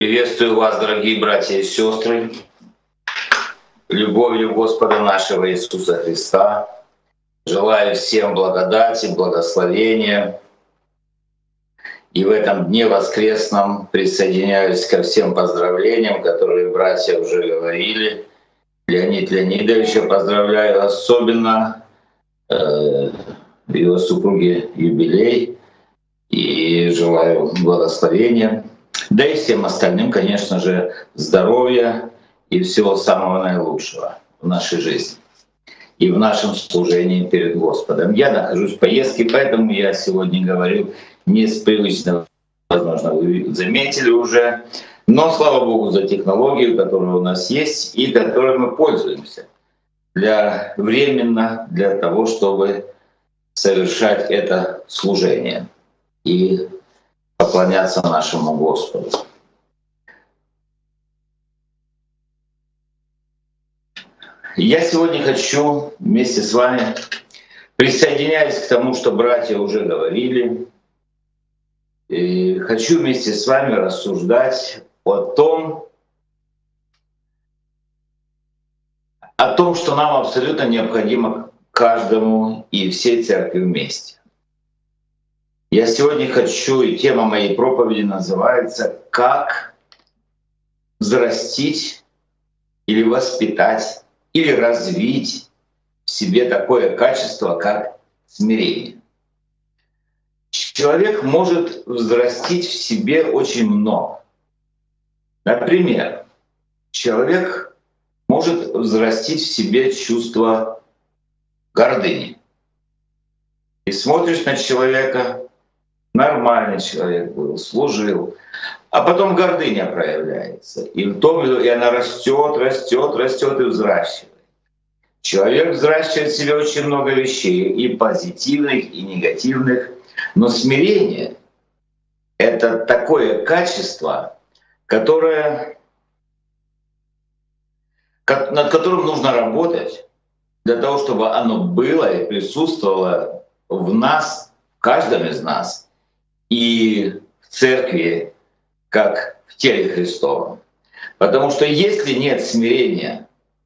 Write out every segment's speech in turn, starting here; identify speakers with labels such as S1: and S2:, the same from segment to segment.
S1: Приветствую вас, дорогие братья и сестры, любовью Господа нашего Иисуса Христа. Желаю всем благодати, благословения. И в этом дне воскресном присоединяюсь ко всем поздравлениям, которые братья уже говорили. Леонид Леонидовича поздравляю особенно, его супруге юбилей, и желаю благословения. Да и всем остальным, конечно же, здоровья и всего самого наилучшего в нашей жизни и в нашем служении перед Господом. Я нахожусь в поездке, поэтому я сегодня говорю не с привычного, возможно, вы заметили уже, но слава Богу за технологию, которая у нас есть и которой мы пользуемся временно для того, чтобы совершать это служение и поклоняться нашему Господу. Я сегодня хочу вместе с вами, присоединяясь к тому, что братья уже говорили, и хочу вместе с вами рассуждать о том, что нам абсолютно необходимо каждому и всей церкви вместе. Я сегодня хочу, и тема моей проповеди называется «Как взрастить или воспитать или развить в себе такое качество, как смирение». Человек может взрастить в себе очень много. Например, человек может взрастить в себе чувство гордыни. И смотришь на человека, нормальный человек был, служил, а потом гордыня проявляется. И она растет и взращивает. Человек взращивает в себе очень много вещей, и позитивных, и негативных. Но смирение — это такое качество, над которым нужно работать для того, чтобы оно было и присутствовало в нас, в каждом из нас, и в церкви, как в теле Христовом. Потому что если нет смирения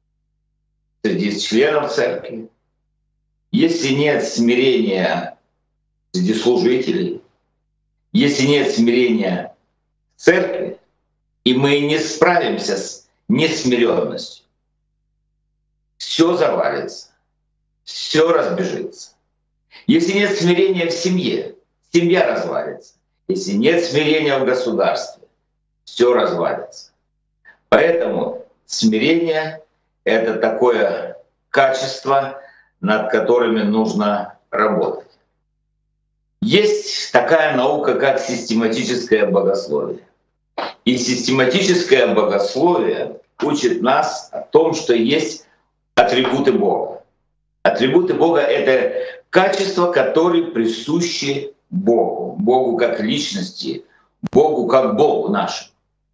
S1: среди членов церкви, если нет смирения среди служителей, если нет смирения в церкви, и мы не справимся с несмиренностью, все завалится, все разбежится. Если нет смирения в семье, семья развалится. Если нет смирения в государстве, все развалится. Поэтому смирение — это такое качество, над которыми нужно работать. Есть такая наука, как систематическое богословие. И систематическое богословие учит нас о том, что есть атрибуты Бога. Атрибуты Бога — это качества, которые присущи Богу, Богу как личности, Богу как Богу нашему.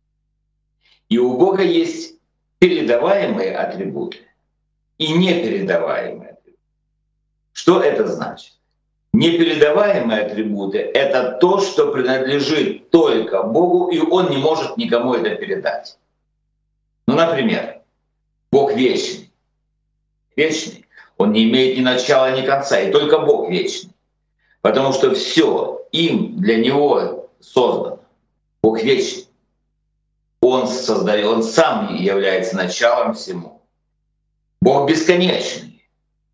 S1: И у Бога есть передаваемые атрибуты и непередаваемые атрибуты. Что это значит? Непередаваемые атрибуты — это то, что принадлежит только Богу, и Он не может никому это передать. Ну, например, Бог вечный. Вечный. Он не имеет ни начала, ни конца, и только Бог вечный. Потому что все им, для Него создано. Бог вечный. Он создает, Он сам является началом всему. Бог бесконечный.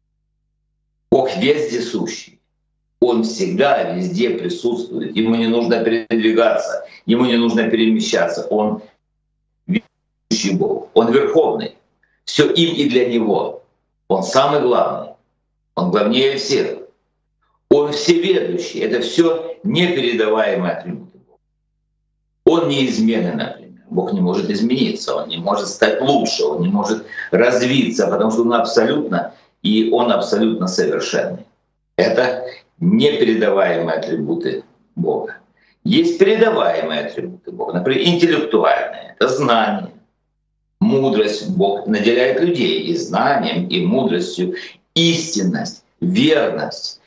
S1: Бог вездесущий. Он всегда везде присутствует. Ему не нужно передвигаться, ему не нужно перемещаться. Он вездесущий Бог. Он верховный. Все им и для Него. Он самый главный. Он главнее всех. Он всеведущий. Это все непередаваемые атрибуты Бога. Он неизменный, например. Бог не может измениться, Он не может стать лучше, Он не может развиться, потому что Он абсолютно, и Он абсолютно совершенный. Это непередаваемые атрибуты Бога. Есть передаваемые атрибуты Бога, например, интеллектуальные. Это знание, мудрость. Бог наделяет людей и знанием, и мудростью, истинность, верность.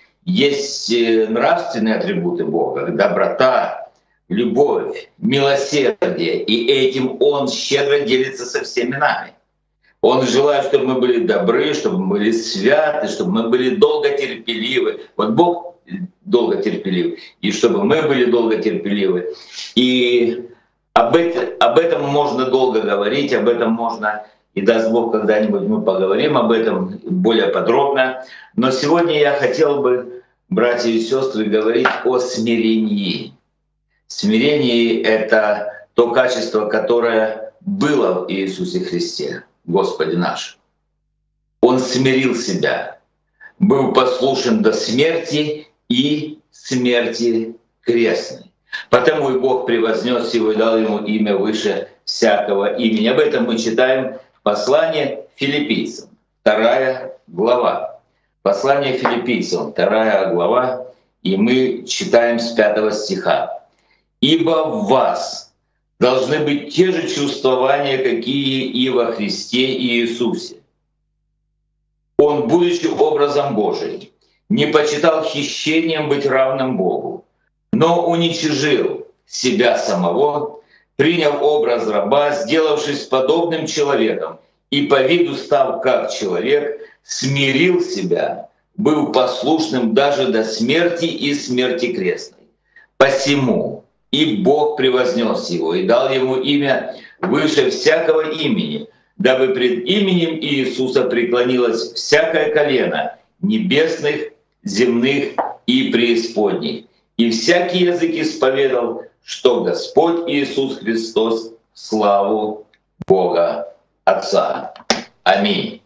S1: Есть нравственные атрибуты Бога, доброта, любовь, милосердие, милосердие, и этим Он щедро делится со всеми нами. Он желает, чтобы мы были добры, чтобы мы были святы, чтобы мы были долготерпеливы. Вот Бог долготерпелив, и чтобы мы были долготерпеливы. И об этом можно долго говорить, об этом можно, и даст Бог, когда-нибудь мы поговорим об этом более подробно. Но сегодня я хотел бы, братья и сестры, говорить о смирении. Смирение — это то качество, которое было в Иисусе Христе, Господе нашем. Он смирил себя, был послушен до смерти и смерти крестной. Потому и Бог превознес его и дал ему имя выше всякого имени. Об этом мы читаем в послании Филиппийцам, 2 глава. Послание Филиппийцам, 2 глава, и мы читаем с 5 стиха. «Ибо в вас должны быть те же чувствования, какие и во Христе Иисусе. Он, будучи образом Божиим, не почитал хищением быть равным Богу, но уничижил себя самого, приняв образ раба, сделавшись подобным человеком, и по виду став как человек, смирил себя, был послушным даже до смерти и смерти крестной. Посему и Бог превознес его и дал ему имя выше всякого имени, дабы пред именем Иисуса преклонилось всякое колено небесных, земных и преисподних, и всякий язык исповедал, что Господь Иисус Христос — славу Бога Отца. Аминь.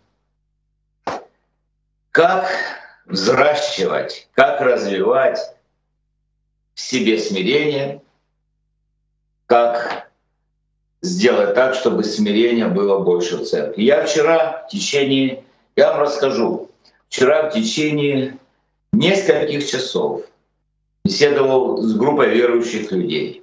S1: Как взращивать, как развивать в себе смирение, как сделать так, чтобы смирение было больше в церкви. Я вам расскажу, вчера в течение нескольких часов беседовал с группой верующих людей.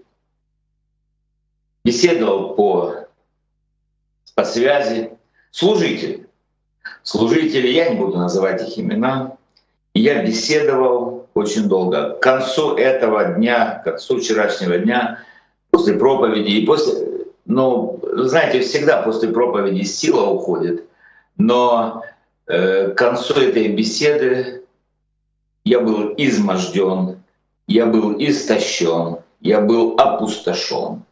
S1: Беседовал по связи. Служители, я не буду называть их имена, я беседовал очень долго. К концу этого дня, к концу вчерашнего дня, после проповеди и после... знаете, всегда после проповеди сила уходит, но к концу этой беседы я был изможден, я был истощен, я был опустошен.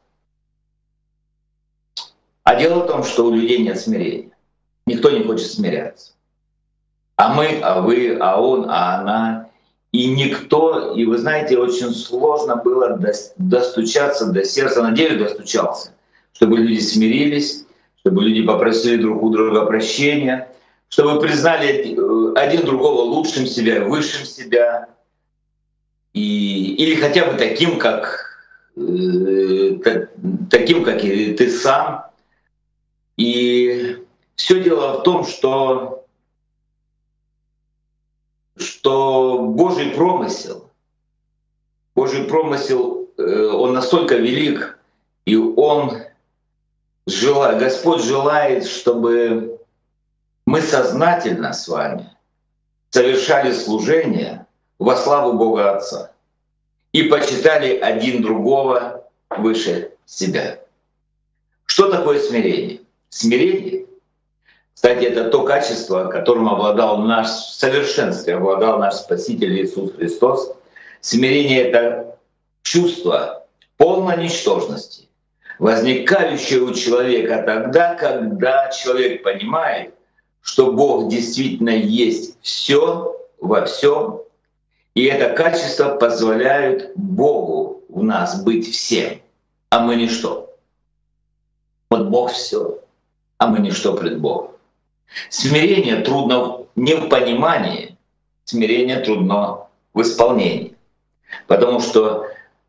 S1: А дело в том, что у людей нет смирения. Никто не хочет смиряться. А мы, а вы, а он, а она. И никто, и вы знаете, очень сложно было достучаться до сердца. Надеюсь, достучался, чтобы люди смирились, чтобы люди попросили друг у друга прощения, чтобы признали один другого лучшим себя, высшим себя, или хотя бы таким, как и ты сам. И все дело в том, что Божий промысел, он настолько велик, и Господь желает, чтобы мы сознательно с вами совершали служение во славу Бога Отца и почитали один другого выше себя. Что такое смирение? Смирение, кстати, это то качество, которым в совершенстве обладал наш Спаситель Иисус Христос. Смирение — это чувство полной ничтожности, возникающее у человека тогда, когда человек понимает, что Бог действительно есть все во всем, и это качество позволяет Богу в нас быть всем, а мы ничто. Вот Бог все, а мы ничто пред Богом. Смирение трудно не в понимании, смирение трудно в исполнении, потому что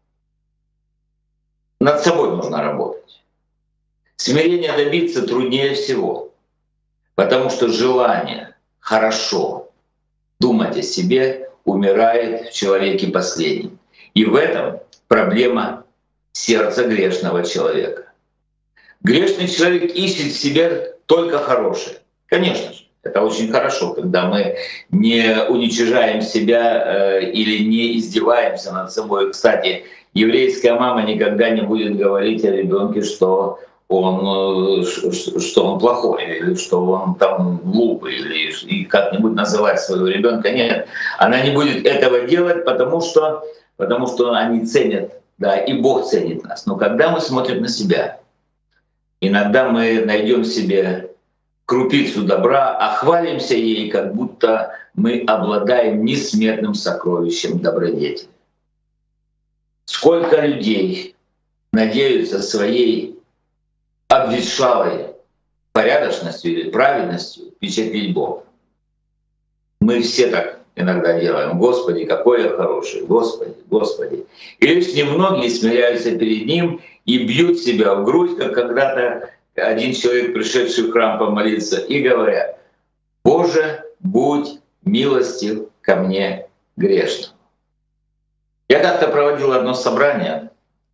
S1: над собой нужно работать. Смирение добиться труднее всего, потому что желание хорошо думать о себе умирает в человеке последнем. И в этом проблема сердца грешного человека. Грешный человек ищет в себе только хорошее. Конечно же, это очень хорошо, когда мы не уничижаем себя или не издеваемся над собой. Кстати, Еврейская мама никогда не будет говорить о ребенке, что он плохой, или что он там глупый, или и как-нибудь называть своего ребенка. Нет, она не будет этого делать, потому что они ценят, да, и Бог ценит нас. Но когда мы смотрим на себя, иногда мы найдем себе крупицу добра, а хвалимся ей, как будто мы обладаем несметным сокровищем добродетели. Сколько людей надеются своей обветшалой порядочностью или праведностью впечатлить Бога. Мы все так иногда делаем. Господи, какой я хороший, Господи, Господи. И лишь немногие смиряются перед Ним и бьют себя в грудь, как когда-то один человек, пришедший в храм помолиться, и говорят: «Боже, будь милостив ко мне грешному». Я как-то проводил одно собрание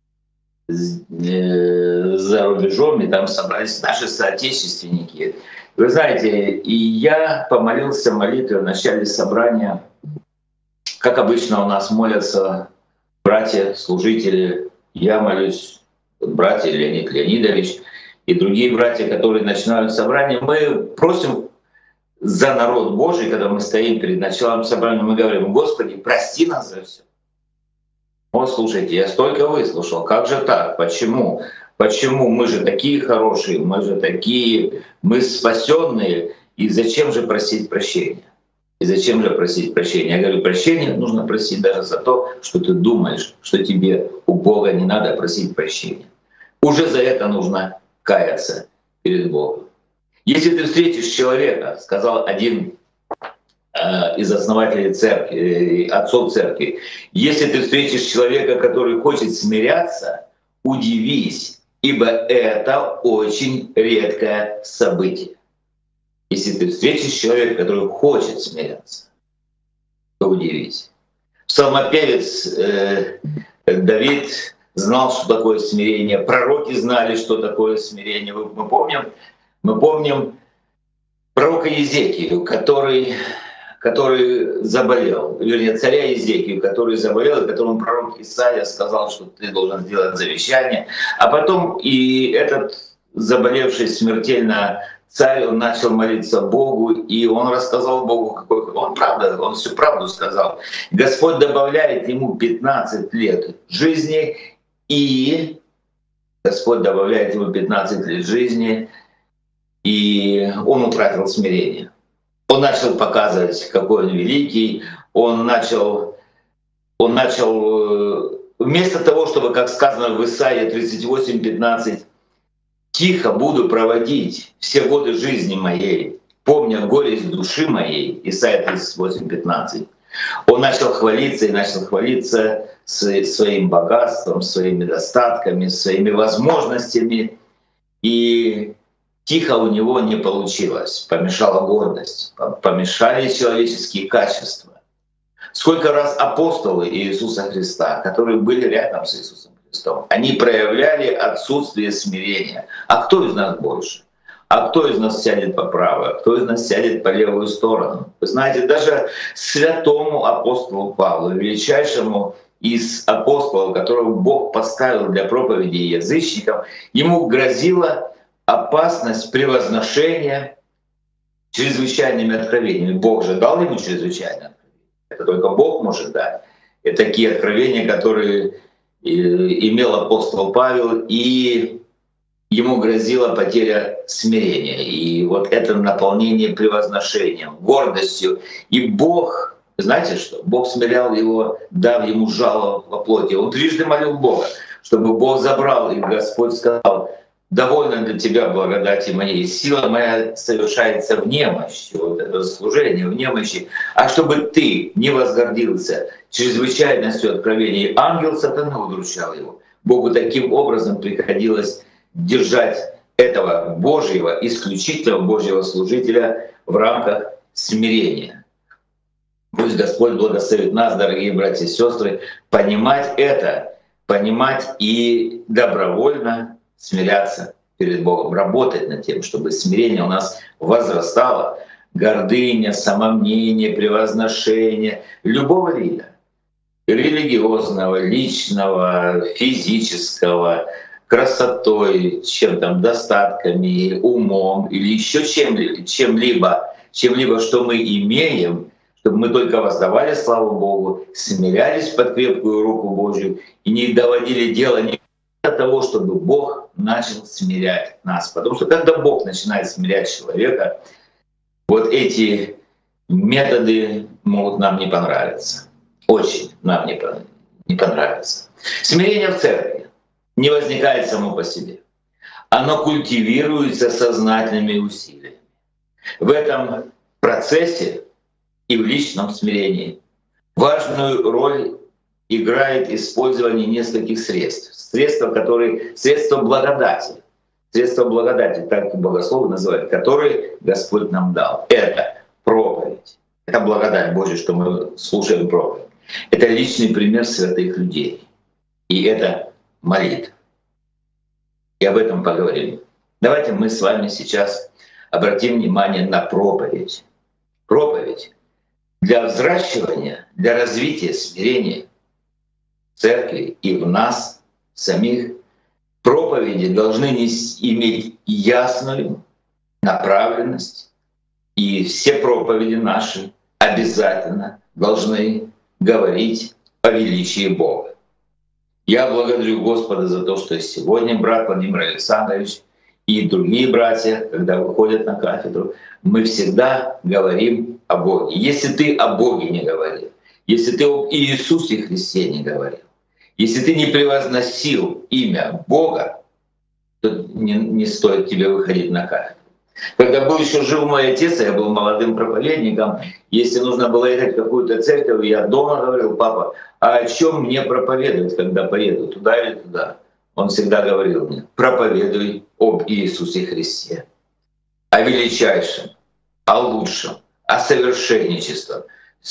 S1: за рубежом, и там собрались наши соотечественники. Вы знаете, и я помолился молитвой в начале собрания. Как обычно у нас молятся братья, служители. Я молюсь, братья Леонид Леонидович и другие братья, которые начинают собрание. Мы просим за народ Божий, когда мы стоим перед началом собрания, мы говорим: «Господи, прости нас за все». Вот слушайте, я столько выслушал, как же так, почему? Почему мы же такие хорошие, мы же такие, мы спасенные, и зачем же просить прощения? И зачем же просить прощения? Я говорю, прощения нужно просить даже за то, что ты думаешь, что тебе у Бога не надо просить прощения. Уже за это нужно каяться перед Богом. Если ты встретишь человека, сказал один из основателей церкви, отцов церкви, если ты встретишь человека, который хочет смиряться, удивись, ибо это очень редкое событие. Если ты встретишь человека, который хочет смиряться, то удивись. Псалмопевец Давид знал, что такое смирение, пророки знали, что такое смирение. Мы помним пророка Езекию, который заболел, вернее, царя Езекию, который заболел, и которому пророк Исаия сказал, что ты должен сделать завещание. А потом и этот заболевший смертельно царь, он начал молиться Богу, и он рассказал Богу, какой он всю правду сказал. Господь добавляет ему 15 лет жизни, и Господь добавляет ему 15 лет жизни, и он утратил смирение. Он начал показывать, какой он великий, он начал вместо того, чтобы, как сказано в Исаии 38:15, «Тихо буду проводить все годы жизни моей, помня горесть души моей», Исаия 38:15, он начал хвалиться своим богатством, своими достатками, своими возможностями, и тихо у него не получилось, помешала гордость, помешали человеческие качества. Сколько раз апостолы Иисуса Христа, которые были рядом с Иисусом Христом, они проявляли отсутствие смирения. А кто из нас больше? А кто из нас сядет по правой? А кто из нас сядет по левую сторону? Вы знаете, даже святому апостолу Павлу, величайшему из апостолов, которого Бог поставил для проповеди язычникам, ему грозила опасность превозношения чрезвычайными откровениями. Бог же дал ему чрезвычайное откровение. Это только Бог может дать. Это такие откровения, которые имел апостол Павел, и ему грозила потеря смирения. И вот это наполнение превозношением, гордостью. И Бог, знаете что? Бог смирял его, дав ему жало во плоти. Он трижды молил Бога, чтобы Бог забрал, и Господь сказал: «Довольно для тебя благодати моей, сила моя совершается в немощи», вот это служение в немощи, «а чтобы ты не возгордился чрезвычайностью откровений». Ангел сатаны удручал его. Богу таким образом приходилось держать этого Божьего, исключительного Божьего служителя в рамках смирения. Пусть Господь благословит нас, дорогие братья и сестры, понимать это, понимать и добровольно смиряться перед Богом, работать над тем, чтобы смирение у нас возрастало, гордыня, самомнение, превозношение любого вида. религиозного, личного, физического, красотой, чем там, достатками, умом или еще чем-либо, что мы имеем, чтобы мы только воздавали славу Богу, смирялись под крепкую руку Божью и не доводили дело не до того, чтобы Бог начал смирять нас. Потому что когда Бог начинает смирять человека, вот эти методы могут нам не понравиться. Очень нам не понравится. Смирение в церкви не возникает само по себе. Оно культивируется сознательными усилиями. В этом процессе и в личном смирении важную роль играет использование нескольких средств. Средства благодати. Средства благодати, так богословы называют, которые Господь нам дал. Это проповедь. Это благодать Божья, что мы слушаем проповедь. Это личный пример святых людей. И это молитва. И об этом поговорим. Давайте мы с вами сейчас обратим внимание на проповедь. Проповедь для взращивания, для развития смирения в церкви и в нас самих. Проповеди должны иметь ясную направленность, и все проповеди наши обязательно должны говорить о величии Бога. Я благодарю Господа за то, что сегодня брат Владимир Александрович и другие братья, когда выходят на кафедру, мы всегда говорим о Боге. Если ты о Боге не говорил, если ты об Иисусе Христе не говорил, если ты не превозносил имя Бога, то не стоит тебе выходить на кафедру. Когда был еще жив мой отец, я был молодым проповедником, если нужно было ехать в какую-то церковь, я дома говорил: папа, а о чем мне проповедовать, когда поеду, туда или туда? Он всегда говорил мне: проповедуй об Иисусе Христе, о величайшем, о лучшем, о совершеннейшем,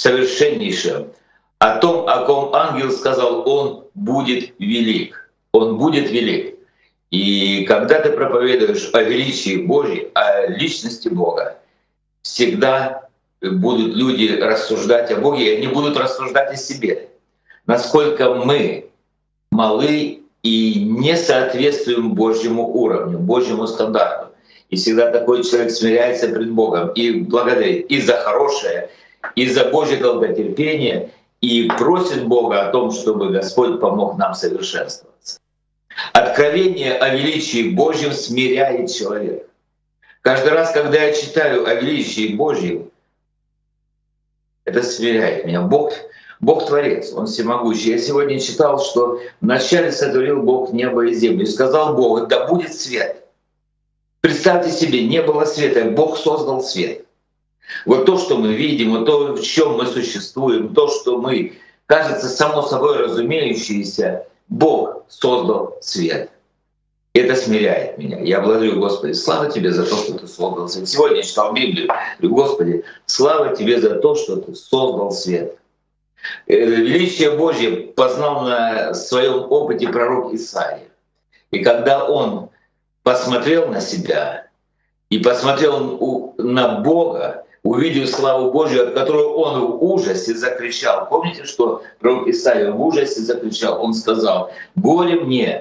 S1: о том, о ком ангел сказал: он будет велик, он будет велик. И когда ты проповедуешь о величии Божьем, о личности Бога, всегда будут люди рассуждать о Боге, и они будут рассуждать о себе. Насколько мы малы и не соответствуем Божьему уровню, Божьему стандарту. И всегда такой человек смиряется пред Богом и благодарит и за хорошее, и за Божье долготерпение, и просит Бога о том, чтобы Господь помог нам совершенствоваться. Откровение о величии Божьем смиряет человека. Каждый раз, когда я читаю о величии Божьем, это смиряет меня. Бог Творец, Он всемогущий. Я сегодня читал, что вначале сотворил Бог небо и землю, и сказал Богу: да будет свет. Представьте себе, не было света, Бог создал свет. Вот то, что мы видим, вот то, в чем мы существуем, то, что мы, кажется, само собой разумеющееся, Бог создал свет. Это смиряет меня. Я благодарю, Господи, слава Тебе за то, что Ты создал свет. Сегодня я читал Библию. Говорю: Господи, слава Тебе за то, что Ты создал свет. Величие Божье познал на своем опыте пророк Исаия. И когда он посмотрел на себя и посмотрел на Бога, увидел славу Божью, от которой он в ужасе закричал. Помните, что пророк Исаия в ужасе закричал? Он сказал: горе мне,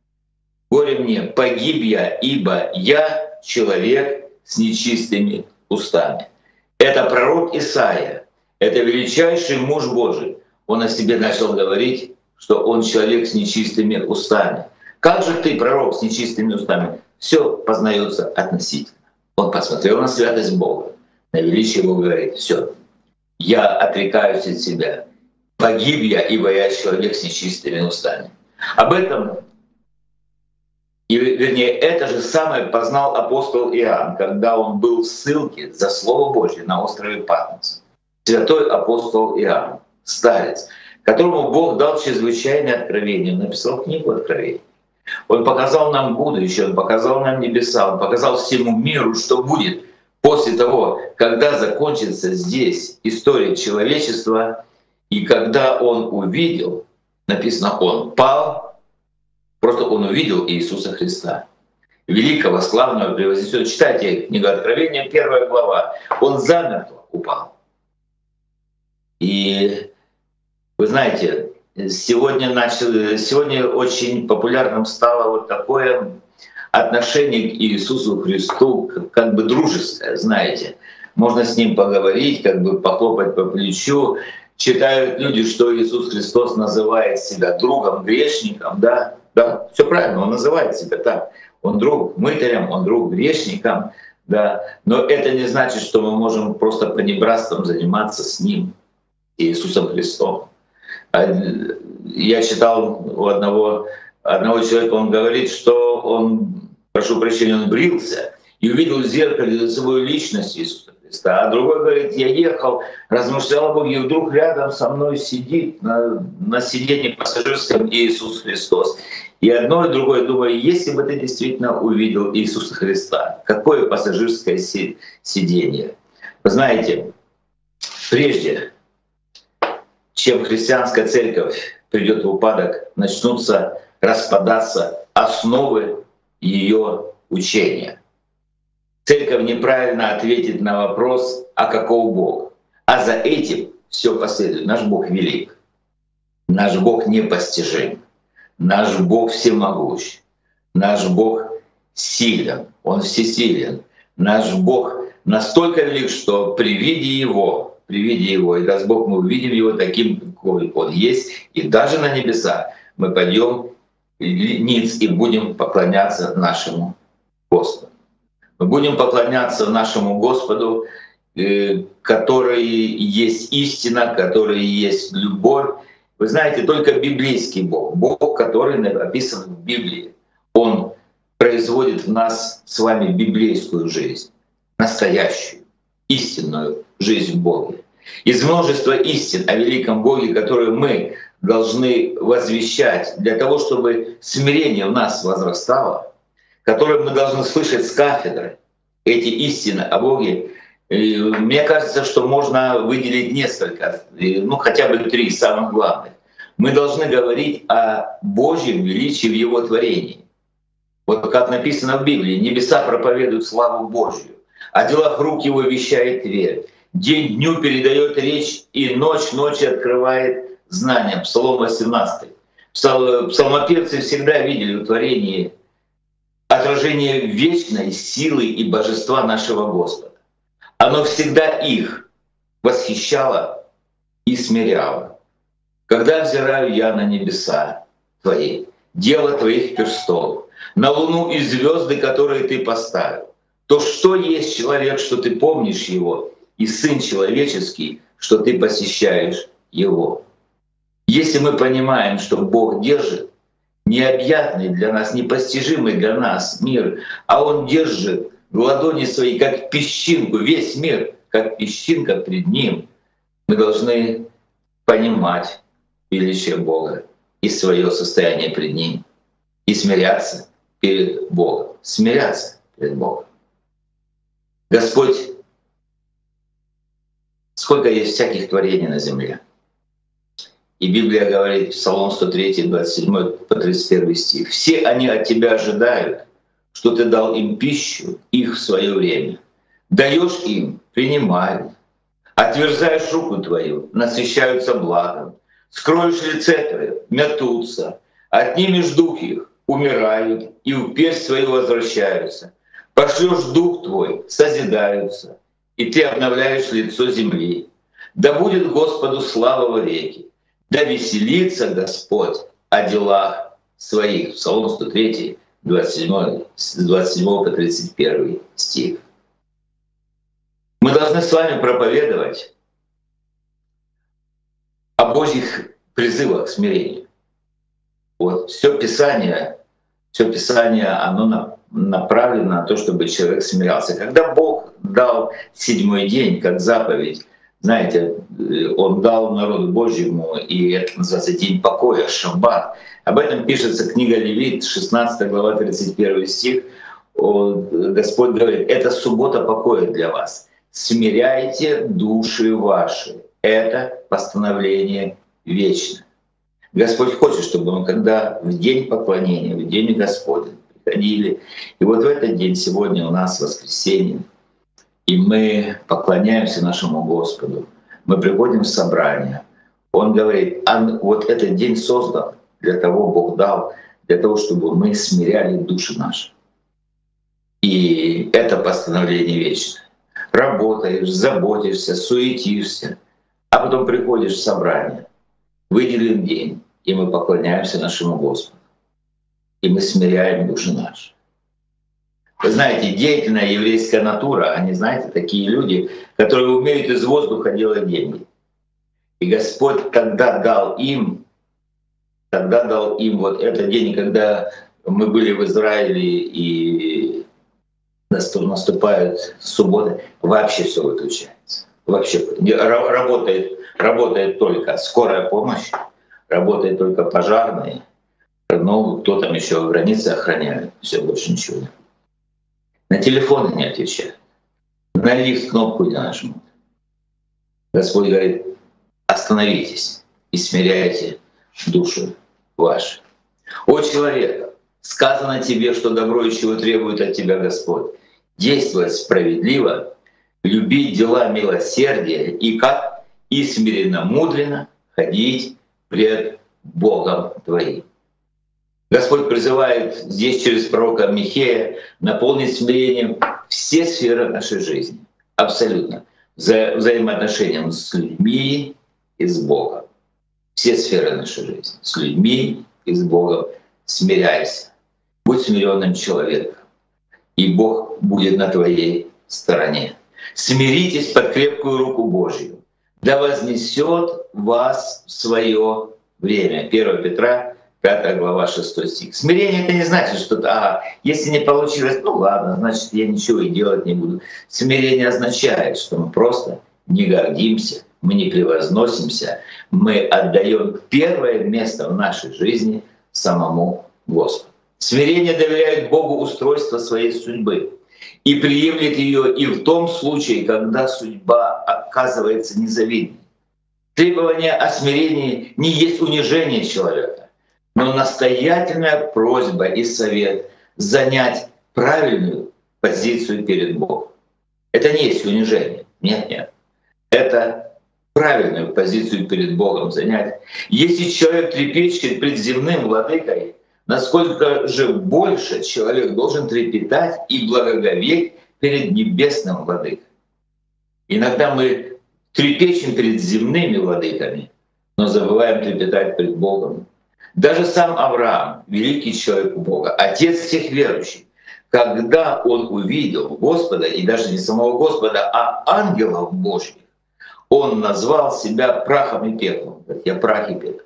S1: погиб я, ибо я человек с нечистыми устами. Это пророк Исаия, это величайший муж Божий. Он о себе начал говорить, что он человек с нечистыми устами. Как же ты, пророк, с нечистыми устами? Все познается относительно. Он посмотрел на святость Бога, на величие Бога, говорит: все, я отрекаюсь от себя. Погиб я, ибо я человек с нечистыми устами. Об этом, вернее, это же самое познал апостол Иоанн, когда он был в ссылке за Слово Божье на острове Патмос. Святой апостол Иоанн, старец, которому Бог дал чрезвычайное откровение, он написал книгу Откровений. Он показал нам будущее, он показал нам небеса, он показал всему миру, что будет после того, когда закончится здесь история человечества, и когда он увидел, написано, он пал, просто он увидел Иисуса Христа, великого, славного, превознесенного. Читайте книгу Откровения, 1 глава. Он замертво упал. И вы знаете, сегодня очень популярным стало вот такое отношение к Иисусу Христу, как бы дружеское, знаете. Можно с Ним поговорить, как бы похлопать по плечу. Читают люди, что Иисус Христос называет себя другом, грешником, да, да, все правильно, Он называет себя так. Он друг мытарям, Он друг грешникам, да. Но это не значит, что мы можем просто понебратством заниматься с Ним, Иисусом Христом. Я читал у одного человека, он говорит, что он, прошу прощения, он брился и увидел в зеркале свою личность Иисуса Христа. А другой говорит, я ехал, размышлял о Боге, и вдруг рядом со мной сидит на сиденье пассажирском Иисус Христос. И одно и другое думаю, если бы ты действительно увидел Иисуса Христа, какое пассажирское сиденье? Вы знаете, прежде чем христианская церковь придет в упадок, начнутся распадаться основы ее учения. Церковь неправильно ответит на вопрос, а каков Бог? А за этим все последует. Наш Бог велик, наш Бог непостижим, наш Бог всемогущ, наш Бог силен, Он всесилен. Наш Бог настолько велик, что при виде Его, и даст Бог, мы увидим Его таким, какой Он есть, и даже на небеса мы пойдем ниц и будем поклоняться нашему Господу. Мы будем поклоняться нашему Господу, который есть истина, который есть любовь. Вы знаете, только библейский Бог, Бог, который описан в Библии, Он производит в нас с вами библейскую жизнь, настоящую, истинную жизнь в Боге. Из множества истин о великом Боге, которые мы должны возвещать для того, чтобы смирение в нас возрастало, которые мы должны слышать с кафедры, эти истины о Боге, мне кажется, что можно выделить несколько, хотя бы 3 самых главных. Мы должны говорить о Божьем величии в Его творении. Вот как написано в Библии, небеса проповедуют славу Божью, о делах рук Его вещает Тверь. День дню передает речь, и ночь ночи открывает знания. Псалом 18. Псалмопевцы всегда видели в творении отражение вечной силы и божества нашего Господа. Оно всегда их восхищало и смиряло. Когда взираю я на небеса Твои, дело Твоих перстов, на луну и звезды, которые Ты поставил, то что есть человек, что Ты помнишь его, и Сын человеческий, что Ты посещаешь его? Если мы понимаем, что Бог держит необъятный для нас, непостижимый для нас мир, а Он держит в ладони своей, как песчинку, весь мир, как песчинка пред Ним, мы должны понимать величие Бога и свое состояние пред Ним, и смиряться перед Богом, смиряться перед Богом. Господь, сколько есть всяких творений на земле. И Библия говорит, Псалом 103, 27 по 31 стих, «Все они от Тебя ожидают, что Ты дал им пищу, их в свое время. Даешь им, принимают. Отверзаешь руку Твою, насыщаются благом. Скроешь лице Твое, метутся. Отнимешь дух их, умирают, и в персть свою возвращаются. Пошлешь дух Твой, созидаются, и Ты обновляешь лицо земли. Да будет Господу слава во веки. Да веселится Господь о делах своих». Псалом 103, 27, с 27 по 31 стих. Мы должны с вами проповедовать о Божьих призывах к смирению. Вот все Писание, оно направлено на то, чтобы человек смирялся. Когда Бог дал 7-й день как заповедь, знаете, Он дал народу Божьему, и это называется день покоя, шаббат. Об этом пишется книга Левит, 16 глава, 31 стих. Господь говорит, это суббота покоя для вас. Смиряйте души ваши. Это постановление вечное. Господь хочет, чтобы мы, когда в день поклонения, в день Господень приходили, и вот в этот день, сегодня у нас воскресенье, и мы поклоняемся нашему Господу, мы приходим в собрание, Он говорит, вот этот день создан, для того Бог дал, для того, чтобы мы смиряли души наши. И это постановление вечное. Работаешь, заботишься, суетишься, а потом приходишь в собрание, выделен день, и мы поклоняемся нашему Господу. И мы смиряем души наши. Вы знаете, деятельная еврейская натура, они, знаете, такие люди, которые умеют из воздуха делать деньги. И Господь тогда дал им вот этот день, когда мы были в Израиле и наступают субботы, вообще все выключается. Вообще работает только скорая помощь, работает только пожарные, ну, кто там еще границы охраняет, все, больше ничего. На телефоны не отвечают, на лифт кнопку не нажмут. Господь говорит, остановитесь и смиряйте душу вашу. О человек, сказано тебе, что добро и чего требует от тебя Господь. Действовать справедливо, любить дела милосердия и как и смиренно-мудренно ходить пред Богом твоим. Господь призывает здесь через пророка Михея наполнить смирением все сферы нашей жизни. Абсолютно. Взаимоотношениям с людьми и с Богом. Все сферы нашей жизни. С людьми и с Богом. Смиряйся. Будь смиренным человеком. И Бог будет на твоей стороне. Смиритесь под крепкую руку Божью. Да вознесет вас в свое время. 1 Петра 5 глава 6 стих. Смирение — это не значит, что если не получилось, ну ладно, значит я ничего и делать не буду. Смирение означает, что мы просто не гордимся, мы не превозносимся, мы отдаем первое место в нашей жизни самому Господу. Смирение доверяет Богу устройство своей судьбы и приемлет ее и в том случае, когда судьба оказывается незавидной. Требование о смирении не есть унижение человека, но настоятельная просьба и совет занять правильную позицию перед Богом. Это не есть унижение. Нет. Это правильную позицию перед Богом занять. Если человек трепещет пред земным владыкой, насколько же больше человек должен трепетать и благоговеть перед небесным владыкой. Иногда мы трепещем перед земными владыками, но забываем трепетать пред Богом. Даже сам Авраам, великий человек Бога, отец всех верующих, когда он увидел Господа, и даже не самого Господа, а ангелов Божьих, он назвал себя прахом и пеплом. Говорит, я прах и пепел.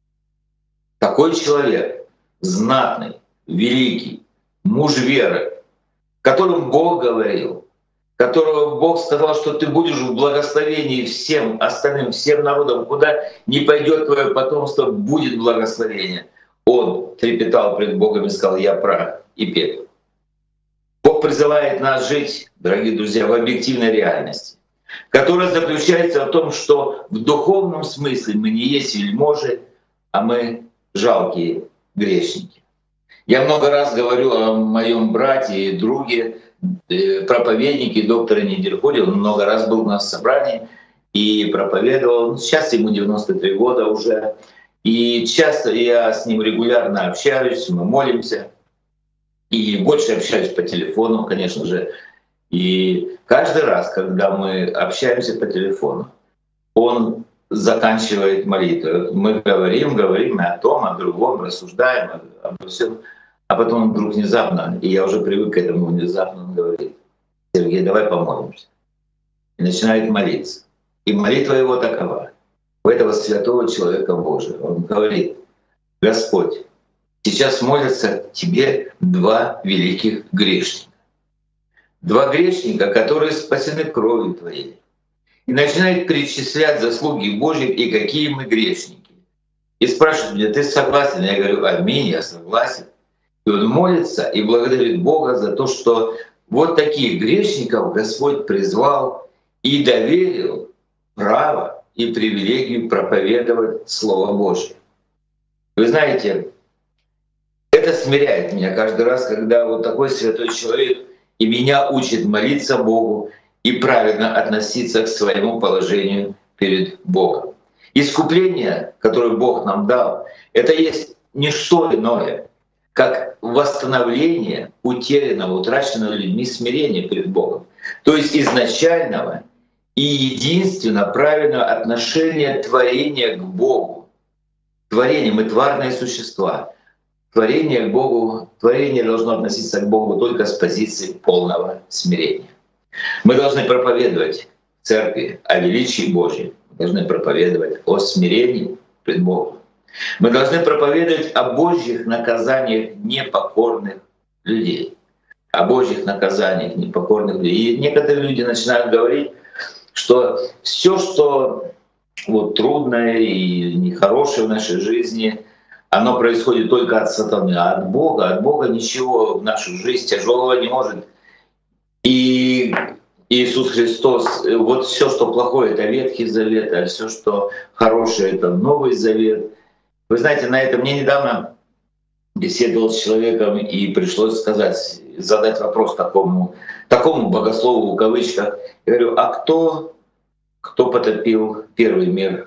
S1: Такой человек, знатный, великий, муж веры, которым Бог говорил, которого Бог сказал, что ты будешь в благословении всем остальным, всем народам, куда не пойдет твое потомство, будет благословение. Он трепетал пред Богом и сказал, я прах и пепел. Бог призывает нас жить, дорогие друзья, в объективной реальности, которая заключается в том, что в духовном смысле мы не есть вельможи, а мы жалкие грешники. Я много раз говорю о моем брате и друге, проповеднике, докторе Нидерходе. Он много раз был у нас в собрании и проповедовал. Сейчас ему 93 года уже. И часто я с ним регулярно общаюсь, мы молимся. И больше общаюсь по телефону, конечно же. И каждый раз, когда мы общаемся по телефону, он заканчивает молитву. Мы говорим о том, о другом, рассуждаем обо всем. А потом он вдруг внезапно, и я уже привык к этому, внезапно он говорит, Сергей, давай помолимся. И начинает молиться. И молитва его такова, у этого святого человека Божия. Он говорит, Господь, сейчас молятся тебе два великих грешника. Два грешника, которые спасены кровью Твоей. И начинает перечислять заслуги Божьи и какие мы грешники. И спрашивает меня, ты согласен? Я говорю, аминь, я согласен. И он молится и благодарит Бога за то, что вот таких грешников Господь призвал и доверил право и привилегию проповедовать Слово Божье. Вы знаете, это смиряет меня каждый раз, когда вот такой святой человек и меня учит молиться Богу и правильно относиться к своему положению перед Богом. Искупление, которое Бог нам дал, это есть не что иное, как восстановление утерянного, утраченного людьми смирения перед Богом. То есть изначального и единственно правильного отношения творения к Богу. Творение, мы тварные существа. Творение к Богу, творение должно относиться к Богу только с позиции полного смирения. Мы должны проповедовать в церкви о величии Божьем, мы должны проповедовать о смирении пред Богом. Мы должны проповедовать о Божьих наказаниях непокорных людей. О Божьих наказаниях непокорных людей. И некоторые люди начинают говорить, что все, что вот трудное и нехорошее в нашей жизни, оно происходит только от сатаны, а от Бога ничего в нашу жизнь тяжелого не может. И Иисус Христос, вот все, что плохое, это Ветхий Завет, а все, что хорошее, это Новый Завет. Вы знаете, на это мне недавно беседовал с человеком, и пришлось задать вопрос такому богослову в кавычках. Я говорю, а кто потопил первый мир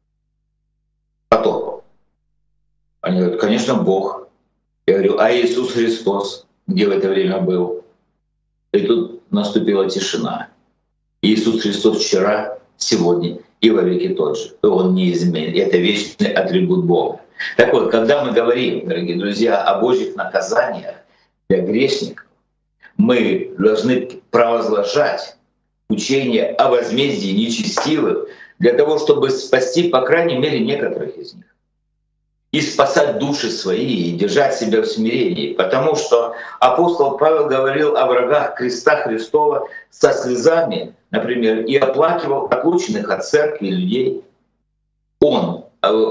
S1: потопом? Они говорят, конечно, Бог. Я говорю, а Иисус Христос где в это время был? И тут наступила тишина. Иисус Христос вчера, сегодня и во веки тот же. Он неизменен. Это вечный атрибут Бога. Так вот, когда мы говорим, дорогие друзья, о Божьих наказаниях для грешников, мы должны провозглашать учение о возмездии нечестивых для того, чтобы спасти, по крайней мере, некоторых из них. И спасать души свои, и держать себя в смирении. Потому что апостол Павел говорил о врагах креста Христова со слезами, например, и оплакивал отлученных от церкви людей. Он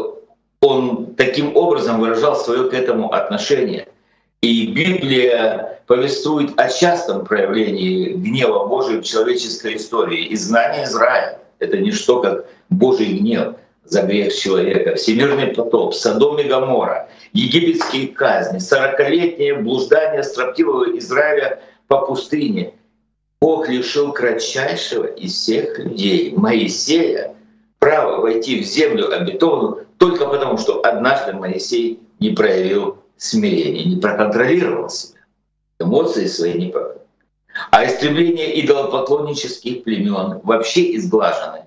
S1: таким образом выражал свое к этому отношение. И Библия повествует о частом проявлении гнева Божьего в человеческой истории. Изгнание из рая — это не что, как Божий гнев за грех человека, всемирный потоп, Содом и Гоморра, египетские казни, 40-летнее блуждание строптивого Израиля по пустыне. Бог лишил кратчайшего из всех людей, Моисея, права войти в землю обетованную только потому, что однажды Моисей не проявил смирения, не проконтролировал себя, эмоции свои не проконтролировал. А истребление идолопоклоннических племен вообще изглажены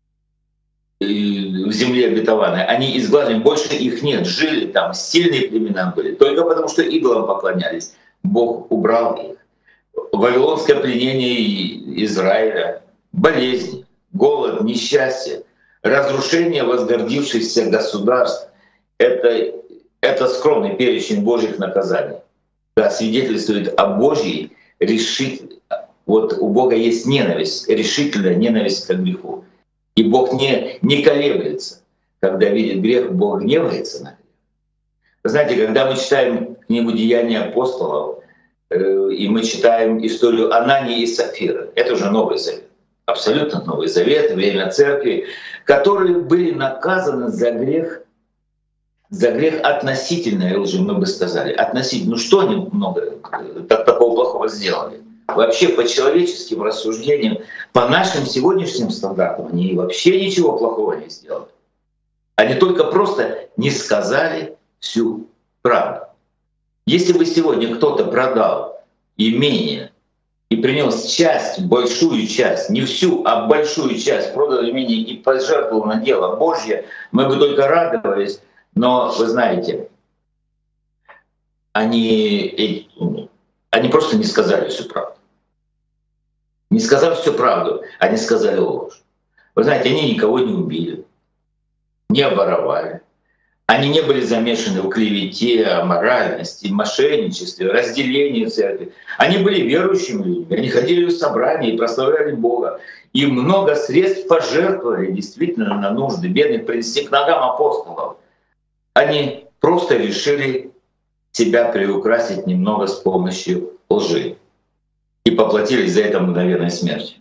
S1: в земле обетованной. Они изглажены, больше их нет. Жили там, сильные племена были. Только потому, что идолам поклонялись. Бог убрал их. Вавилонское пленение Израиля, болезни, голод, несчастье, разрушение возгордившихся государств — это скромный перечень Божьих наказаний. Да, свидетельствует о Божьей решительности. Вот у Бога есть ненависть, решительная ненависть к греху. И Бог не колеблется. Когда видит грех, Бог гневается на грех. Вы знаете, когда мы читаем книгу «Деяния апостолов», и мы читаем историю Анании и Сапфира, это уже Новый Завет, абсолютно Новый Завет, время Церкви, которые были наказаны за грех относительной лжи, мы бы сказали. Относительно. Ну что они много такого плохого сделали? Вообще по человеческим рассуждениям, по нашим сегодняшним стандартам, они вообще ничего плохого не сделали. Они только просто не сказали всю правду. Если бы сегодня кто-то продал имение и принес часть, большую часть, не всю, а большую часть продал имение и пожертвовал на дело Божье, мы бы только радовались. Но вы знаете, они просто не сказали всю правду. Не сказав всю правду, они сказали ложь. Вы знаете, они никого не убили, не обворовали. Они не были замешаны в клевете, аморальности, мошенничестве, разделении церкви. Они были верующими людьми, они ходили в собрания и прославляли Бога. И много средств пожертвовали действительно на нужды бедных, принести к ногам апостолов. Они просто решили себя приукрасить немного с помощью лжи и поплатились за это мгновенной смертью.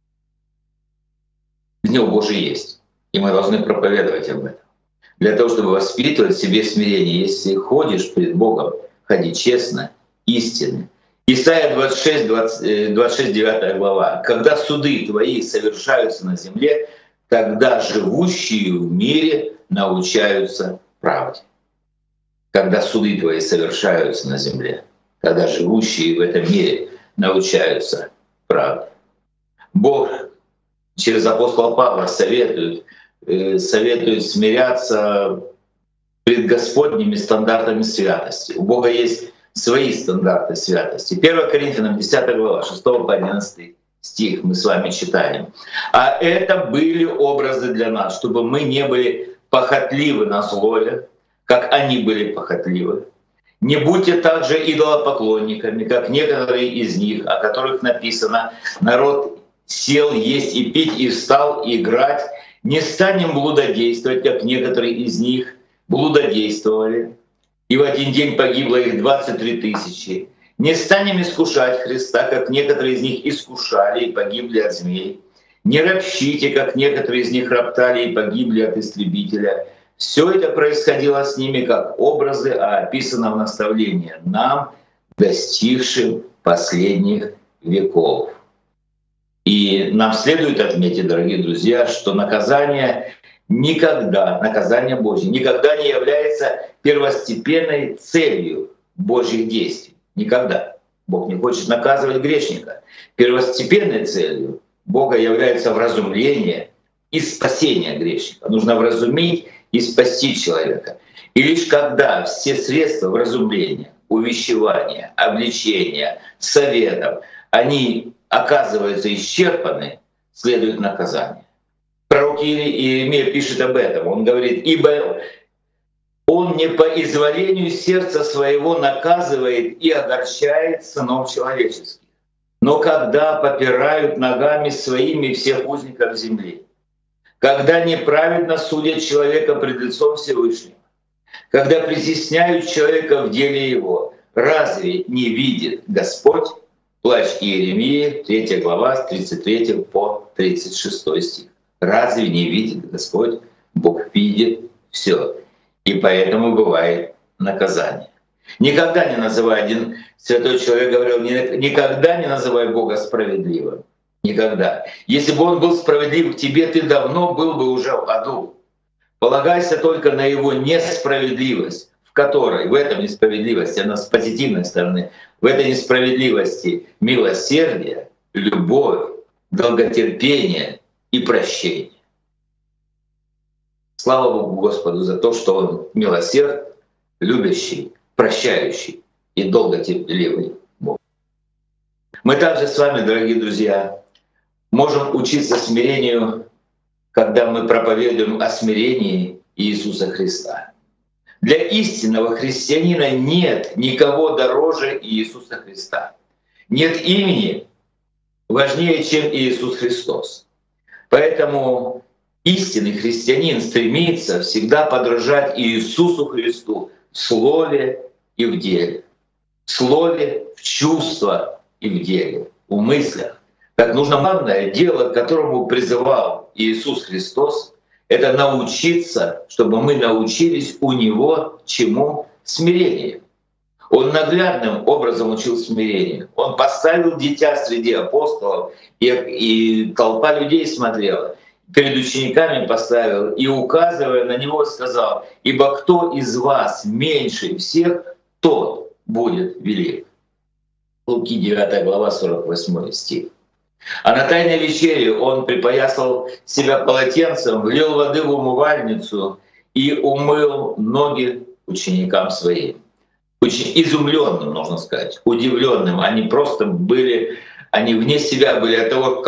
S1: Гнев Божий есть, и мы должны проповедовать об этом. Для того, чтобы воспитывать в себе смирение. Если ходишь перед Богом, ходи честно, истинно. Исайя 26, 9 глава. «Когда суды твои совершаются на земле, тогда живущие в мире научаются правде. Когда суды твои совершаются на земле, когда живущие в этом мире научаются правде. Бог через апостола Павла советует смиряться перед Господними стандартами святости. У Бога есть свои стандарты святости. 1 Коринфянам 10 глава, 6 по 11 стих мы с вами читаем. А это были образы для нас, чтобы мы не были похотливы на злое, как они были похотливы. Не будьте также идолопоклонниками, как некоторые из них, о которых написано: народ сел есть и пить, и встал играть. Не станем блудодействовать, как некоторые из них блудодействовали, и в один день погибло их 23 тысячи. Не станем искушать Христа, как некоторые из них искушали и погибли от змей. Не ропщите, как некоторые из них роптали и погибли от истребителя. Все это происходило с ними как образы, а описано в наставлении нам, достигшим последних веков. И нам следует отметить, дорогие друзья, что наказание Божье никогда не является первостепенной целью Божьих действий. Никогда. Бог не хочет наказывать грешника. Первостепенной целью Бога является вразумление и спасение грешника. Нужно вразумить и спасти человека. И лишь когда все средства вразумления, увещевания, обличения, советов, они оказываются исчерпаны, следует наказание. Пророк Иеремия пишет об этом. Он говорит: «Ибо он не по изволению сердца своего наказывает и огорчает сынов человеческих, но когда попирают ногами своими всех узников земли, когда неправедно судят человека пред лицом Всевышнего, когда притесняют человека в деле его, разве не видит Господь?» Плач Иеремии, 3 глава, с 33 по 36 стих. Разве не видит Господь? Бог видит все. И поэтому бывает наказание. Никогда не называй, один святой человек говорил, никогда не называй Бога справедливым. Никогда. Если бы Он был справедлив к тебе, ты давно был бы уже в аду. Полагайся только на Его несправедливость, в которой, в этом несправедливости, она с позитивной стороны, в этой несправедливости милосердие, любовь, долготерпение и прощение. Слава Богу Господу за то, что Он милосерд, любящий, прощающий и долготерпеливый Бог. Мы также с вами, дорогие друзья, можем учиться смирению, когда мы проповедуем о смирении Иисуса Христа. Для истинного христианина нет никого дороже Иисуса Христа. Нет имени важнее, чем Иисус Христос. Поэтому истинный христианин стремится всегда подражать Иисусу Христу в слове и в деле. В слове, в чувствах и в деле, в мыслях. Как нужно главное дело, к которому призывал Иисус Христос, это научиться, чтобы мы научились у Него чему? Смирению. Он наглядным образом учил смирению. Он поставил дитя среди апостолов, и толпа людей смотрела. Перед учениками поставил и, указывая на него, сказал: «Ибо кто из вас меньше всех, тот будет велик». Луки 9 глава, 48 стих. А на Тайной вечере он припоясал себя полотенцем, влил воды в умывальницу и умыл ноги ученикам своим. Очень изумленным, нужно сказать, удивленным. Они просто были, они вне себя были от того,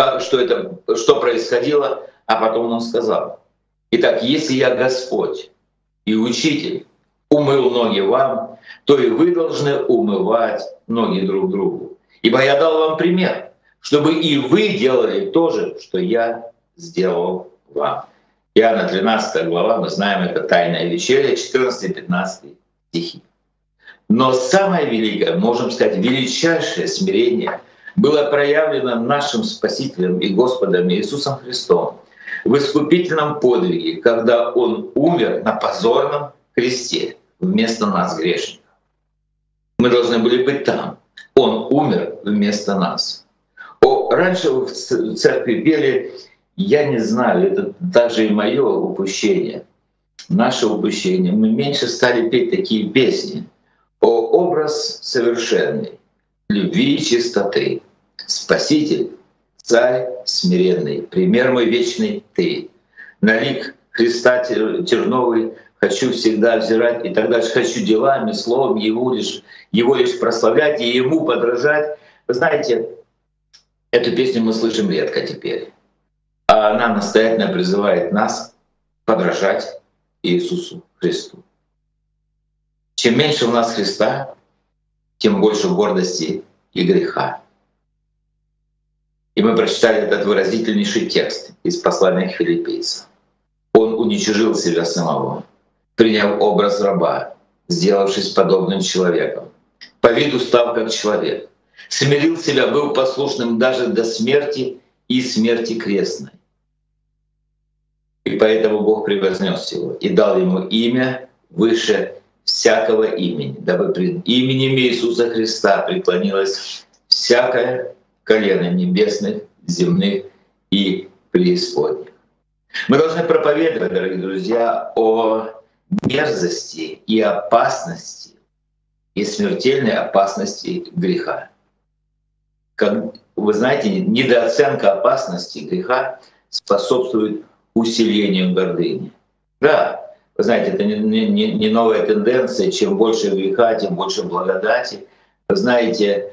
S1: что происходило. А потом он сказал: «Итак, если я Господь и Учитель умыл ноги вам, то и вы должны умывать ноги друг другу. Ибо я дал вам пример, чтобы и вы делали то же, что я сделал вам». Иоанна 13 глава, мы знаем, это Тайная вечеря, 14-15 стихи. Но самое великое, можем сказать, величайшее смирение было проявлено нашим Спасителем и Господом Иисусом Христом в искупительном подвиге, когда Он умер на позорном кресте вместо нас, грешников. Мы должны были быть там. Он умер вместо нас. Раньше в церкви пели я не знаю, это также и мое упущение, наше упущение. Мы меньше стали петь такие песни. О, образ совершенный, любви и чистоты, Спаситель, Царь смиренный, пример мой вечный Ты. На лик Христа терновый хочу всегда взирать, и тогда же хочу делами, словом его лишь прославлять и Ему подражать. Вы знаете, эту песню мы слышим редко теперь, а она настоятельно призывает нас подражать Иисусу Христу. Чем меньше у нас Христа, тем больше гордости и греха. И мы прочитали этот выразительнейший текст из послания к Филиппийцам. Он уничижил себя самого, приняв образ раба, сделавшись подобным человеком, по виду став как человек, смирил себя, был послушным даже до смерти и смерти крестной. И поэтому Бог превознес его и дал ему имя выше всякого имени, дабы пред именем Иисуса Христа преклонилось всякое колено небесных, земных и преисподних. Мы должны проповедовать, дорогие друзья, о мерзости и опасности, и смертельной опасности греха. Как вы знаете, недооценка опасности греха способствует усилению гордыни. Да, вы знаете, это не новая тенденция. Чем больше греха, тем больше благодати. Вы знаете,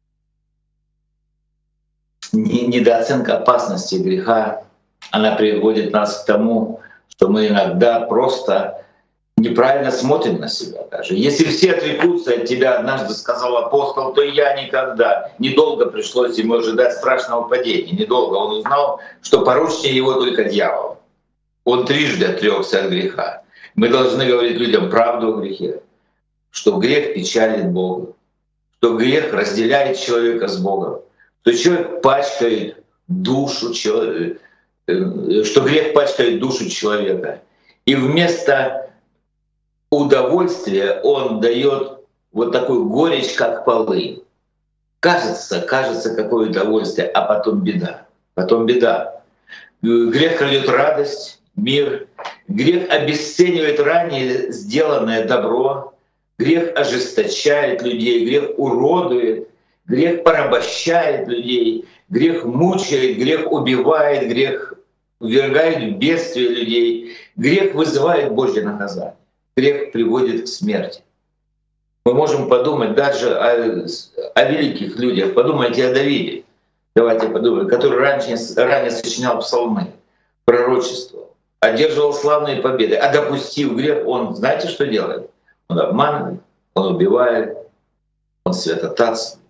S1: недооценка опасности греха, она приводит нас к тому, что мы иногда просто неправильно смотрим на себя даже. Если все отрекутся от тебя, однажды сказал апостол, то я никогда. Недолго пришлось ему ожидать страшного падения. Недолго он узнал, что порочнее его только дьявол. Он трижды отрекся от греха. Мы должны говорить людям правду о грехе, что грех печалит Бога, что грех разделяет человека с Богом, что человек пачкает душу человека, что грех пачкает душу человека. И вместо удовольствия он дает вот такую горечь, как полынь. Кажется, какое удовольствие, а потом беда. Потом беда. Грех крадет радость, мир. Грех обесценивает ранее сделанное добро. Грех ожесточает людей, грех уродует, грех порабощает людей, грех мучает, грех убивает, грех ввергает в бедствие людей. Грех вызывает Божье наказание. Грех приводит к смерти. Мы можем подумать даже о великих людях. Подумайте о Давиде. Давайте подумаем, который ранее сочинял псалмы, пророчествовал, одерживал славные победы. А допустив грех, он, знаете, что делает? Он обманывает, он убивает, он святотатствует.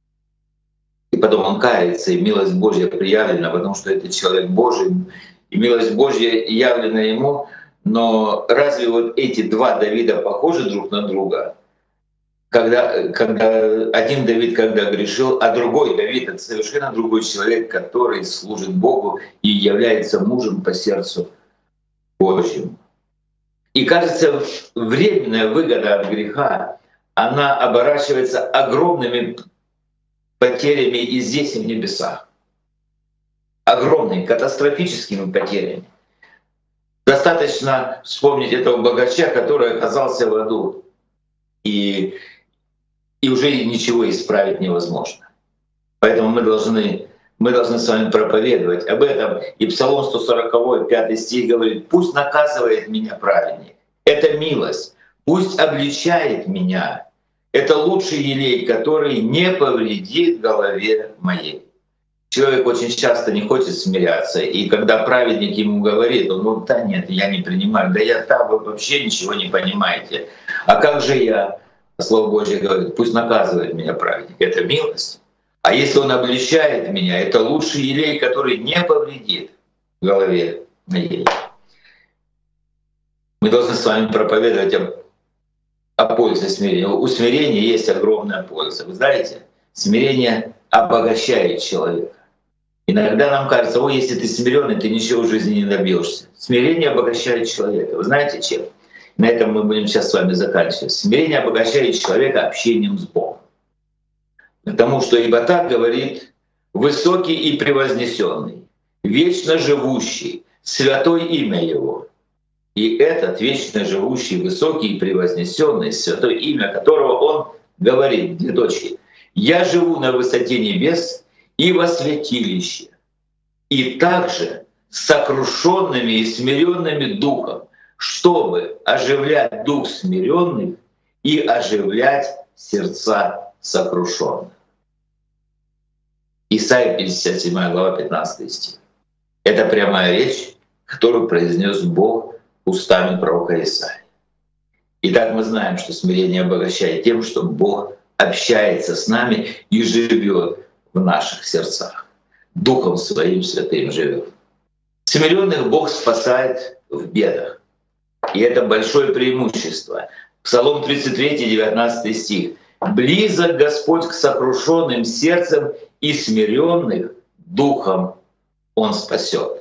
S1: И потом он кается, и милость Божья приявлена, потому что это человек Божий, и милость Божья явлена ему. Но разве вот эти два Давида похожи друг на друга? Когда один Давид, когда грешил, а другой Давид — это совершенно другой человек, который служит Богу и является мужем по сердцу Божьему. И кажется, временная выгода от греха, она оборачивается огромными потерями и здесь, и в небесах. Огромными, катастрофическими потерями. Достаточно вспомнить этого богача, который оказался в аду, и уже ничего исправить невозможно. Поэтому мы должны с вами проповедовать об этом. И Псалом 140, 5 стих говорит: «Пусть наказывает меня праведник, это милость, пусть обличает меня, это лучший елей, который не повредит голове моей». Человек очень часто не хочет смиряться, и когда праведник ему говорит, он говорит: «Да нет, я не принимаю, да я там, вы вообще ничего не понимаете. А как же я?» Слово Божье говорит: «Пусть наказывает меня праведник, это милость. А если он обличает меня, это лучший елей, который не повредит голове моей». Мы должны с вами проповедовать о пользе смирения. У смирения есть огромная польза. Вы знаете, смирение обогащает человека. Иногда нам кажется: о, если ты смиренный, ты ничего в жизни не добьешься. Смирение обогащает человека. Вы знаете чем? На этом мы будем сейчас с вами заканчивать. Смирение обогащает человека общением с Богом. Потому что ибо так говорит высокий и превознесенный, вечно живущий, святое имя Его. И этот вечно живущий, высокий и превознесенный, святое имя которого Он говорит, две точки, «Я живу на высоте небес и во святилище, и также с сокрушенными и смиренными духом, чтобы оживлять дух смиренных и оживлять сердца сокрушенных». Исайя 57 глава 15 стих. Это прямая речь, которую произнес Бог устами пророка Исаии. Итак, мы знаем, что смирение обогащает тем, что Бог общается с нами и живет в наших сердцах. Духом Своим Святым живет. Смиренных Бог спасает в бедах. И это большое преимущество. Псалом 33, 19 стих. «Близок Господь к сокрушенным сердцем, и смиренных духом Он спасет».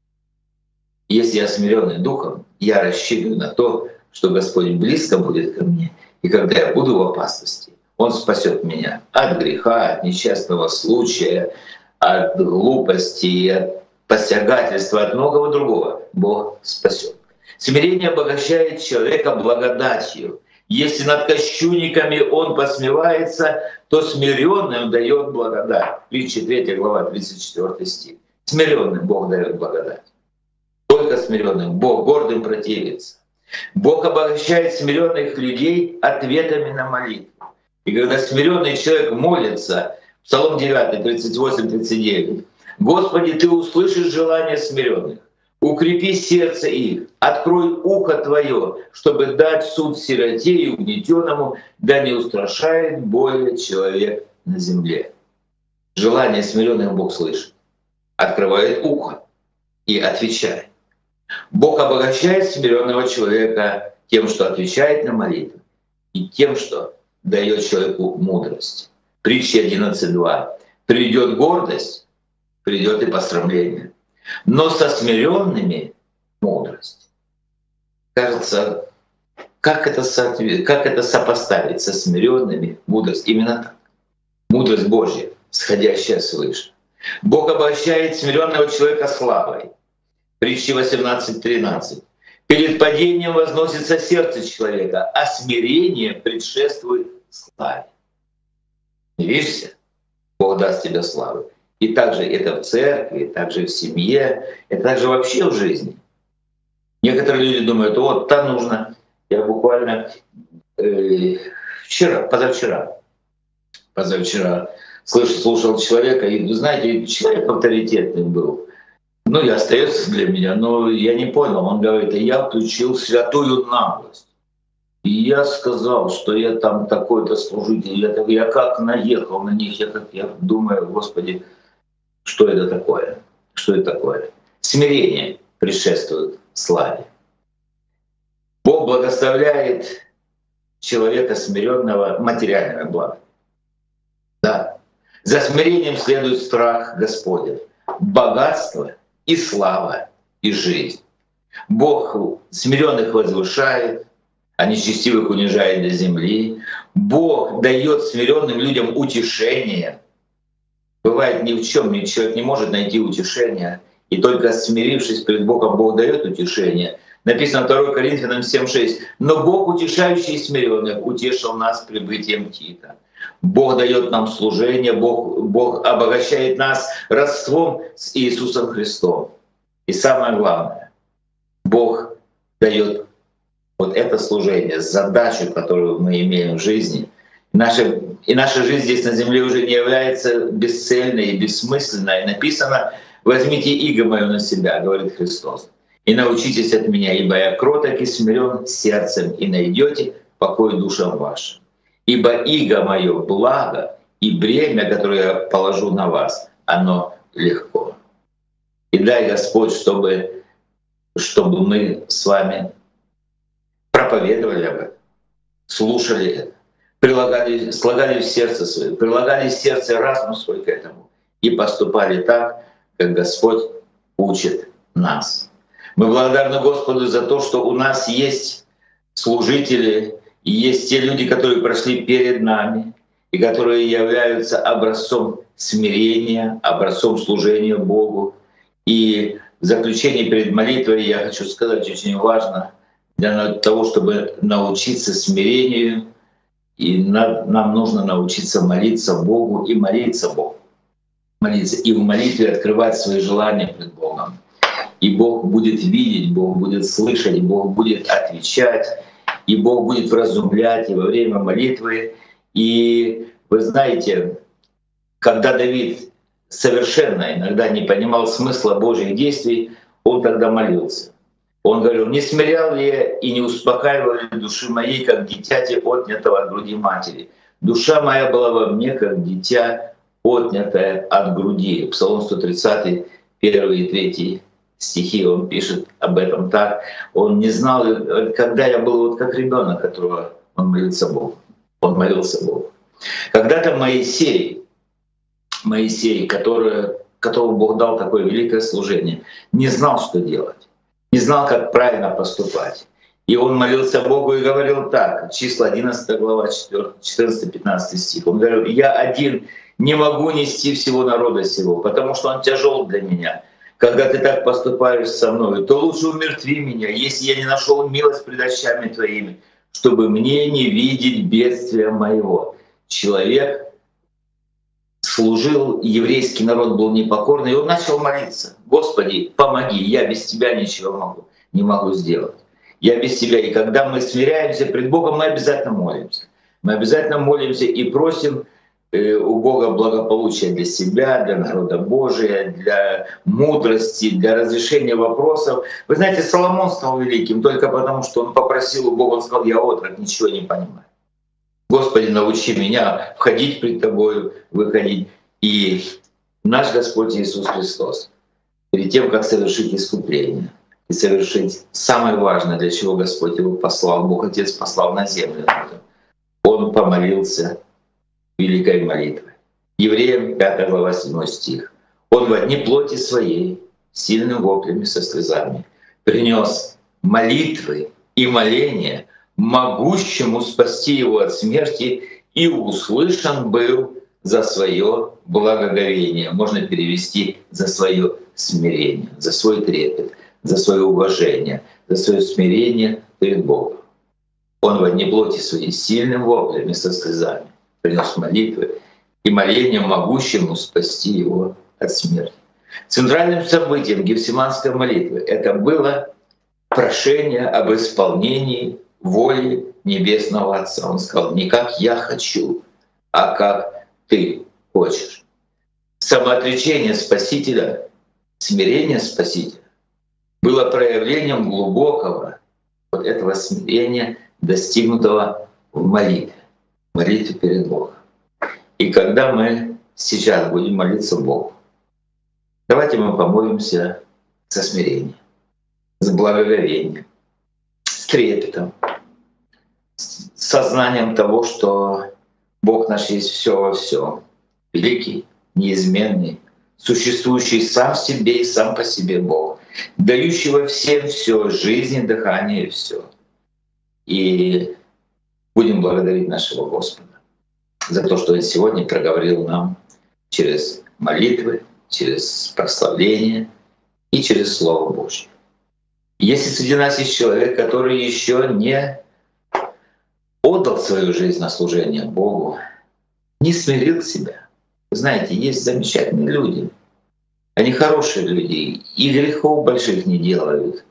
S1: Если я смиренный духом, я рассчитываю на то, что Господь близко будет ко мне, и когда я буду в опасности, Он спасет меня от греха, от несчастного случая, от глупости, от посягательства, от многого другого. Бог спасет. Смирение обогащает человека благодатью. Если над кощунниками он посмевается, то смиренным дает благодать. Притча 3 глава 34 стих. Смиренным Бог дает благодать. Только смиренным. Бог гордым противится. Бог обогащает смиренных людей ответами на молитву. И когда смиренный человек молится, Псалом 9, 38-39, «Господи, Ты услышишь желания смиренных, укрепи сердце их, открой ухо Твое, чтобы дать суд сироте и угнетенному, да не устрашает более человек на земле». Желание смиренных Бог слышит, открывает ухо и отвечает. Бог обогащает смиренного человека тем, что отвечает на молитву, и тем, что дает человеку мудрость. Притча 11.2. «Придет гордость, придет и посрамление, но со смиренными мудрость». Кажется, как это сопоставить со смиренными мудрость? Именно так. Мудрость Божья, сходящая свыше. Бог обогащает смиренного человека славой. Притча 18.13. «Перед падением возносится сердце человека, а смирение предшествует славе». Видишься? Бог даст тебе славу. И также это в церкви, также в семье, это также вообще в жизни. Некоторые люди думают, вот там нужно. Я буквально позавчера слушал человека, и, вы знаете, человек авторитетный был. Ну и остается для меня, но я не понял. Он говорит, я включил святую наглость. И я сказал, что я там такой-то служитель, я как наехал на них, я думаю, Господи, что это такое? Что это такое? Смирение предшествует славе. Бог благословляет человека смиренного материальными благами. Да. За смирением следует страх Господень, богатство и слава, и жизнь. Бог смиренных возвышает, а нечестивых унижает до земли. Бог дает смиренным людям утешение. Бывает ни в чем человек не может найти утешения, и только смирившись перед Богом, Бог дает утешение. Написано 2 Коринфянам 7:6. «Но Бог, утешающий смиренных, утешил нас прибытием Тита». Бог дает нам служение, Бог обогащает нас родством с Иисусом Христом. И самое главное, Бог дает вот это служение, задачу, которую мы имеем в жизни. И наша жизнь здесь на земле уже не является бесцельной и бессмысленной. Написано: «Возьмите иго мое на себя», — говорит Христос, «и научитесь от меня, ибо я кроток и смирен сердцем, и найдете покой душам вашим. Ибо иго мое благо, и бремя, которое я положу на вас, оно легко». И дай Господь, чтобы мы с вами проповедовали об этом, слушали это, слагали в сердце свое, прилагали сердце и разум свой к этому и поступали так, как Господь учит нас. Мы благодарны Господу за то, что у нас есть служители, и есть те люди, которые прошли перед нами, и которые являются образцом смирения, образцом служения Богу. И в заключение перед молитвой я хочу сказать, очень важно для того, чтобы научиться смирению, и нам нужно научиться молиться Богу и молиться Богу. Молиться и в молитве открывать свои желания пред Богом. И Бог будет видеть, Бог будет слышать, Бог будет отвечать, и Бог будет вразумлять и во время молитвы. И вы знаете, когда Давид совершенно иногда не понимал смысла Божьих действий, он тогда молился. Он говорил: «Не смирял ли я и не успокаивал ли души моей, как дитяти, отнятого от груди матери? Душа моя была во мне, как дитя, отнятое от груди». Псалом 130, 1 и 3 стихи, он пишет об этом так. Он не знал, когда я был вот как ребенок, которого он молился Богу. Он молился Богу. Когда-то Моисей, которому Бог дал такое великое служение, не знал, что делать, не знал, как правильно поступать. И он молился Богу и говорил так, числа 11 глава, 14-15 стих. Он говорил: «Я один не могу нести всего народа сего, потому что он тяжел для меня. Когда ты так поступаешь со мной, то лучше умертви меня, если я не нашел милость пред очами твоими, чтобы мне не видеть бедствия моего». Человек служил, еврейский народ был непокорный, и он начал молиться: «Господи, помоги, я без Тебя ничего не могу сделать. Я без Тебя». И когда мы смиряемся пред Богом, мы обязательно молимся. Мы обязательно молимся и просим у Бога благополучия для себя, для народа Божия, для мудрости, для разрешения вопросов. Вы знаете, Соломон стал великим только потому, что он попросил у Бога, он сказал: «Я отрок, ничего не понимаю. Господи, научи меня входить пред Тобою, выходить». И наш Господь Иисус Христос, перед тем, как совершить искупление и совершить самое важное, для чего Господь Его послал, Бог Отец послал на землю, Он помолился великой молитвой. Евреям 5 глава 7 стих. Он во дни плоти своей, сильными воплями со слезами, принес молитвы и моления могущему спасти его от смерти, и услышан был за свое благоговение. Можно перевести: за свое смирение, за свой трепет, за свое уважение, за свое смирение перед Богом. Он во дни плоти своей сильным воплями со слезами принес молитвы и моления могущему спасти его от смерти. Центральным событием Гефсиманской молитвы это было прошение об исполнении воли Небесного Отца. Он сказал: «Не как я хочу, а как ты хочешь». Самоотречение Спасителя, смирение Спасителя было проявлением глубокого вот этого смирения, достигнутого в молитве перед Богом. И когда мы сейчас будем молиться Богу, давайте мы помолимся со смирением, с благоговением, с трепетом, с сознанием того, что Бог наш есть все во всем, великий, неизменный, существующий сам в себе и сам по себе Бог, дающего всем все, жизнь, дыхание и все. И будем благодарить нашего Господа за то, что Он сегодня проговорил нам через молитвы, через прославление и через Слово Божье. Если среди нас есть человек, который еще не отдал свою жизнь на служение Богу, не смирил себя. Вы знаете, есть замечательные люди, они хорошие люди, и грехов больших не делают,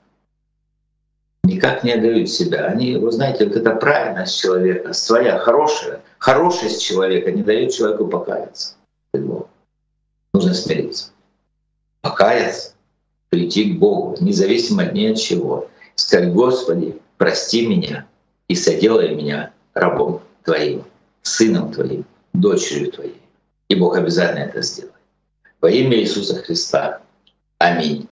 S1: никак не отдают себя. Они, вы знаете, вот эта праведность человека, своя хорошесть человека не дает человеку покаяться. Нужно смириться, покаяться, прийти к Богу, независимо ни от чего. Сказать: «Господи, прости меня и соделай меня рабом Твоим, сыном Твоим, дочерью Твоей». И Бог обязательно это сделает. Во имя Иисуса Христа. Аминь.